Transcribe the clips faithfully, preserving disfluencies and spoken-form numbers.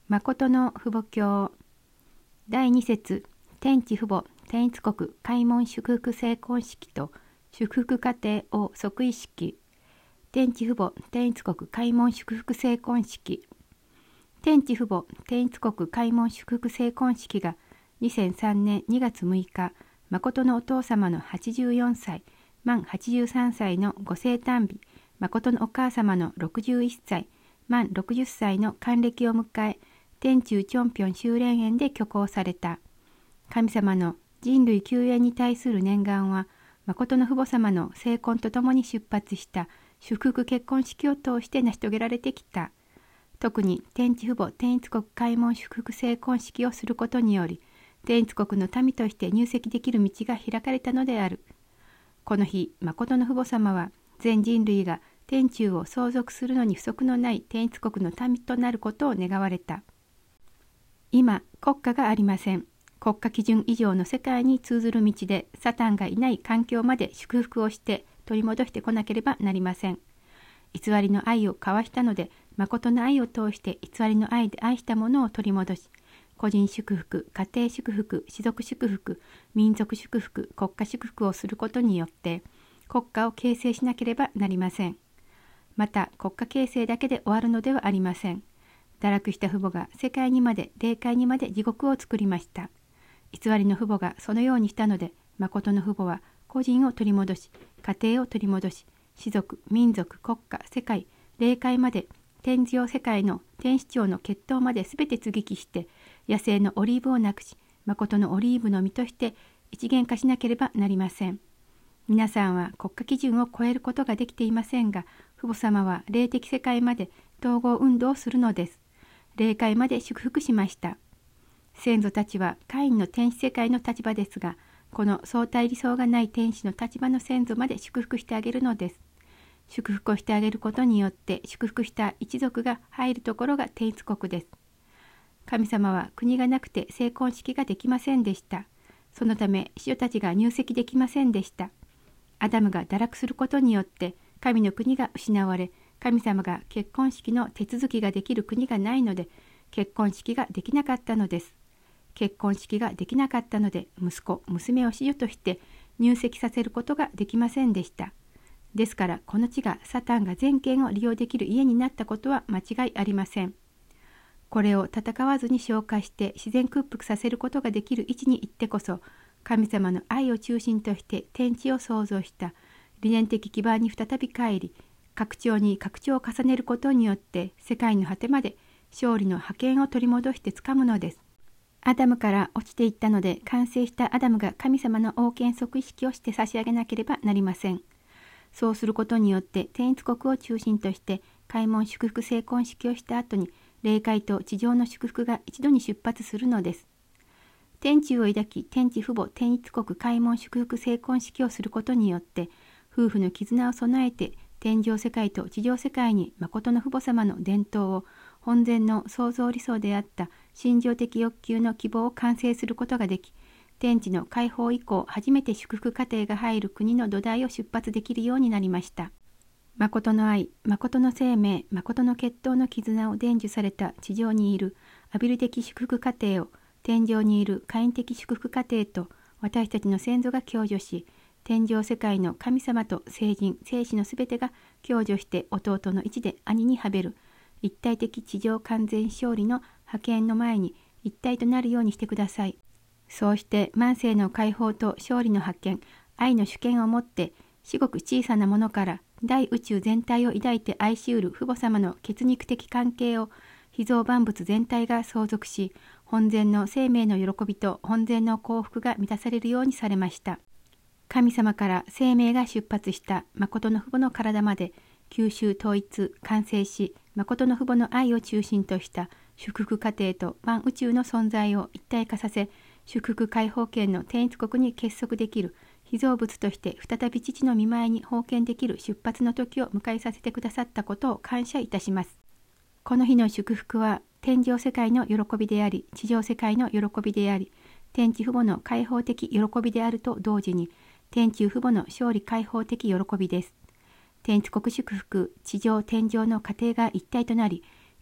誠の父母経だいに節天地父母天一国開門祝福成婚式と祝福家庭を即位式。天地父母天一国開門祝福成婚式。天地父母天一国開門祝福成婚式がにせんさんねんにがつむいか、誠のお父様のはちじゅうよんさい、満はちじゅうさんさいのご生誕日、誠のお母様のろくじゅういっさい、満ろくじゅっさいの還暦を迎え、天中チョンピョン修練園で挙行された。神様の人類救援に対する念願は、誠の父母様の成婚とともに出発した祝福結婚式を通して成し遂げられてきた。特に天地父母天一国開門祝福成婚式をすることにより、天一国の民として入籍できる道が開かれたのである。この日、誠の父母様は全人類が天中を相続するのに不足のない天一国の民となることを願われた。今、国家がありません。国家基準以上の世界に通ずる道で、サタンがいない環境まで祝福をして取り戻してこなければなりません。偽りの愛を交わしたので、誠の愛を通して偽りの愛で愛したものを取り戻し、個人祝福、家庭祝福、氏族祝福、民族祝福、国家祝福をすることによって、国家を形成しなければなりません。また、国家形成だけで終わるのではありません。堕落した父母が世界にまで、霊界にまで地獄を作りました。偽りの父母がそのようにしたので、誠の父母は個人を取り戻し、家庭を取り戻し、氏族、民族、国家、世界、霊界まで、天上世界の天使長の血統まで全て接ぎ木して、野生のオリーブをなくし、誠のオリーブの実として一元化しなければなりません。皆さんは国家基準を超えることができていませんが、父母様は霊的世界まで統合運動をするのです。霊界まで祝福しました。先祖たちはカインの天使世界の立場ですが、この相対理想がない天使の立場の先祖まで祝福してあげるのです。祝福をしてあげることによって祝福した一族が入るところが天一国です。神様は国がなくて成婚式ができませんでした。そのため子女たちが入籍できませんでした。アダムが堕落することによって神の国が失われ、神様が結婚式の手続きができる国がないので、結婚式ができなかったのです。結婚式ができなかったので、息子、娘を子女として入籍させることができませんでした。ですから、この地がサタンが全権を利用できる家になったことは間違いありません。これを戦わずに消化して自然屈服させることができる位置に行ってこそ、神様の愛を中心として天地を創造した理念的基盤に再び返り、拡張に拡張を重ねることによって世界の果てまで勝利の覇権を取り戻してつかむのです。アダムから落ちていったので、完成したアダムが神様の王権即位式をして差し上げなければなりません。そうすることによって天一国を中心として開門祝福成婚式をした後に、霊界と地上の祝福が一度に出発するのです。天中を抱き、天地父母天一国開門祝福成婚式をすることによって、夫婦の絆を備えて天上世界と地上世界に誠の父母様の伝統を、本然の創造理想であった心情的欲求の希望を完成することができ、天地の解放以降初めて祝福家庭が入る国の土台を出発できるようになりました。誠の愛、誠の生命、誠の血統の絆を伝授された地上にいるアビル的祝福家庭を、天上にいるカイン的祝福家庭と私たちの先祖が享受し、天上世界の神様と聖人、聖子のすべてが享受して弟の位置で兄にはべる一体的地上完全勝利の覇権の前に一体となるようにしてください。そうして万世の解放と勝利の覇権、愛の主権をもって、至極小さなものから大宇宙全体を抱いて愛しうる父母様の血肉的関係を被造万物全体が相続し、本然の生命の喜びと本然の幸福が満たされるようにされました。神様から生命が出発した誠の父母の体まで九州統一完成し、誠の父母の愛を中心とした祝福家庭と万宇宙の存在を一体化させ、祝福解放権の天一国に結束できる被造物として再び父の御前に奉献できる出発の時を迎えさせてくださったことを感謝いたします。この日の祝福は天上世界の喜びであり、地上世界の喜びであり、天地父母の解放的喜びであると同時に、天中父母の勝利解放的喜びです。天一国祝福、地上天上の家庭が一体となり、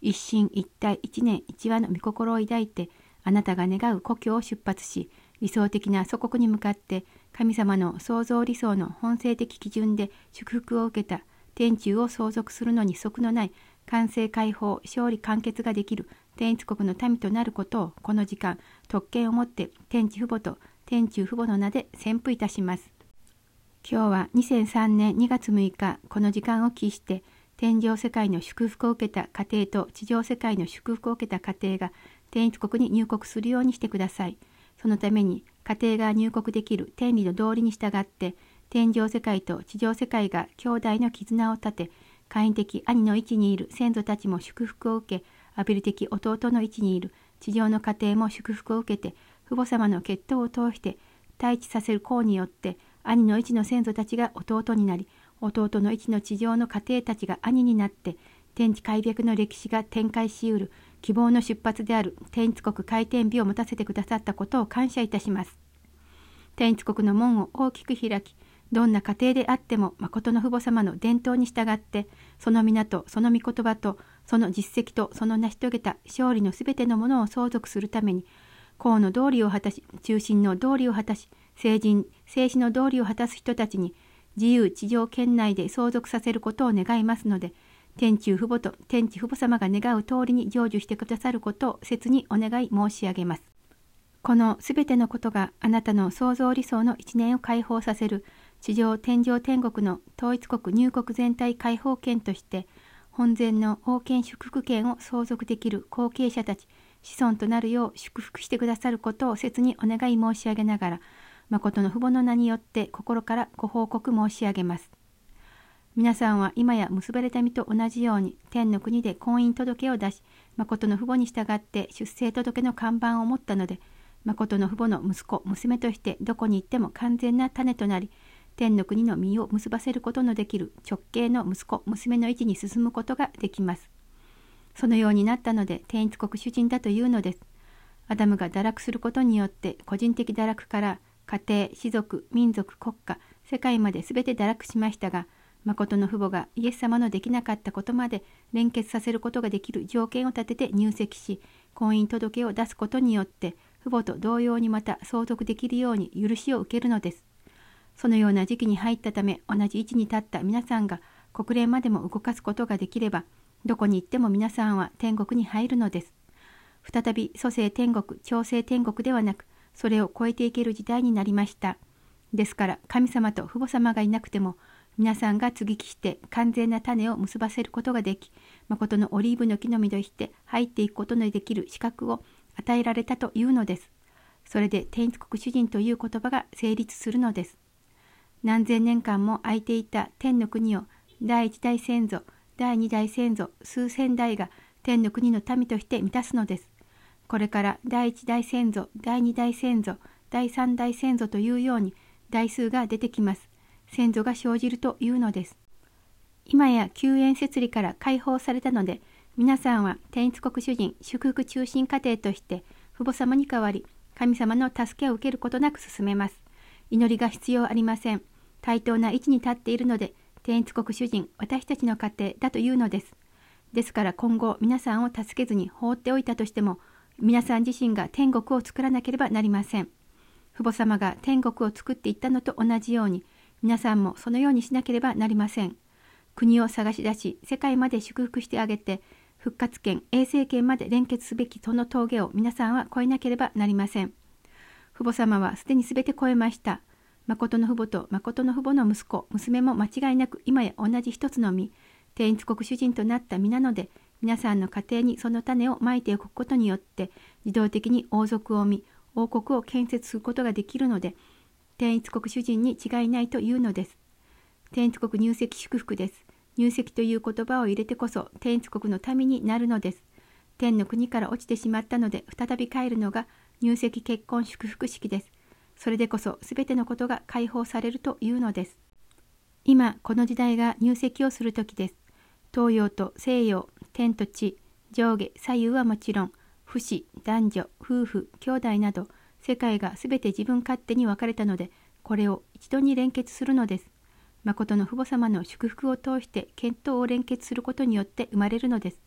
一心一体一年一話の御心を抱いて、あなたが願う故郷を出発し、理想的な祖国に向かって神様の創造理想の本性的基準で祝福を受けた天中を相続するのに即のない完成解放勝利完結ができる天一国の民となることを、この時間特権をもって天地父母と天中父母の名で宣布いたします。今日はにせんさんねんにがつむいか、この時間を期して天上世界の祝福を受けた家庭と地上世界の祝福を受けた家庭が天一国に入国するようにしてください。そのために家庭が入国できる天理の道理に従って天上世界と地上世界が兄弟の絆を立て、会員的兄の位置にいる先祖たちも祝福を受け、アビル的弟の位置にいる地上の家庭も祝福を受けて、父母様の血統を通して対峙させる功によって兄の位置の先祖たちが弟になり、弟の位置の地上の家庭たちが兄になって、天地開闢の歴史が展開しうる希望の出発である天一国開天日を持たせてくださったことを感謝いたします。天一国の門を大きく開き、どんな家庭であっても誠の父母様の伝統に従って、その皆とその御言葉とその実績とその成し遂げた勝利のすべてのものを相続するために、公の道理を果たし、中心の道理を果たし、聖人、聖子の道理を果たす人たちに、自由地上圏内で相続させることを願いますので、天中父母と天地父母様が願う通りに成就してくださることを切にお願い申し上げます。このすべてのことがあなたの創造理想の一年を解放させる地上天上天国の統一国入国全体解放権として、本然の王権祝福権を相続できる後継者たち、子孫となるよう祝福してくださることを切にお願い申し上げながら、誠の父母の名によって心からご報告申し上げます。皆さんは今や結ばれた身と同じように天の国で婚姻届を出し、誠の父母に従って出生届の看板を持ったので、誠の父母の息子、娘としてどこに行っても完全な種となり、天の国の実を結ばせることのできる直系の息子、娘の位置に進むことができます。そのようになったので天一国主人だというのです。アダムが堕落することによって個人的堕落から家庭、氏族、民族、国家、世界まで全て堕落しましたが、誠の父母がイエス様のできなかったことまで連結させることができる条件を立てて入籍し、婚姻届を出すことによって父母と同様にまた相続できるように許しを受けるのです。そのような時期に入ったため、同じ位置に立った皆さんが国連までも動かすことができれば、どこに行っても皆さんは天国に入るのです。再び祖生天国、長生天国ではなく、それを超えていける時代になりました。ですから神様と父母様がいなくても、皆さんが接ぎ木して完全な種を結ばせることができ、誠のオリーブの木の実として入っていくことのできる資格を与えられたというのです。それで天一国主人という言葉が成立するのです。何千年間も空いていた天の国を第一代先祖、第二代先祖、数千代が天の国の民として満たすのです。これから第一代先祖、第二代先祖、第三代先祖というように代数が出てきます。先祖が生じるというのです。今や救援摂理から解放されたので、皆さんは天一国主人祝福中心家庭として父母様に代わり神様の助けを受けることなく進めます。祈りが必要ありません。対等な位置に立っているので、天一国主人、私たちの家庭だというのです。ですから今後皆さんを助けずに放っておいたとしても、皆さん自身が天国を作らなければなりません。父母様が天国を作っていったのと同じように、皆さんもそのようにしなければなりません。国を探し出し、世界まで祝福してあげて、復活権、永世権まで連結すべきその峠を皆さんは越えなければなりません。父母様はすでにすべて越えました。誠の父母と誠の父母の息子、娘も間違いなく今や同じ一つの実、天一国主人となった身なので、皆さんの家庭にその種をまいておくことによって、自動的に王族を生み、王国を建設することができるので、天一国主人に違いないというのです。天一国入籍祝福です。入籍という言葉を入れてこそ天一国の民になるのです。天の国から落ちてしまったので再び帰るのが入籍結婚祝福式です。それでこそすべてのことが解放されるというのです。今この時代が入籍をする時です。東洋と西洋、天と地、上下左右はもちろん、父子、男女、夫婦、兄弟など世界がすべて自分勝手に分かれたので、これを一度に連結するのです。誠の父母様の祝福を通して見当を連結することによって生まれるのです。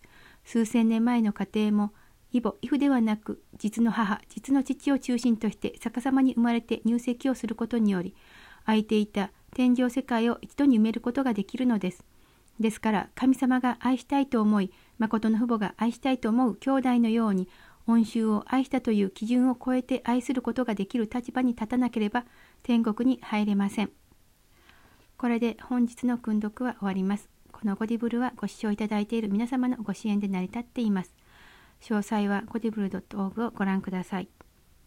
数千年前の家庭も、異母、異父ではなく、実の母、実の父を中心として逆さまに生まれて入籍をすることにより、空いていた天上世界を一度に埋めることができるのです。ですから、神様が愛したいと思い、誠の父母が愛したいと思う兄弟のように、恩衆を愛したという基準を超えて愛することができる立場に立たなければ、天国に入れません。これで本日の訓読は終わります。このゴディブルはご視聴いただいている皆様のご支援で成り立っています。詳細はゴディブル ドットオーアールジ をご覧ください。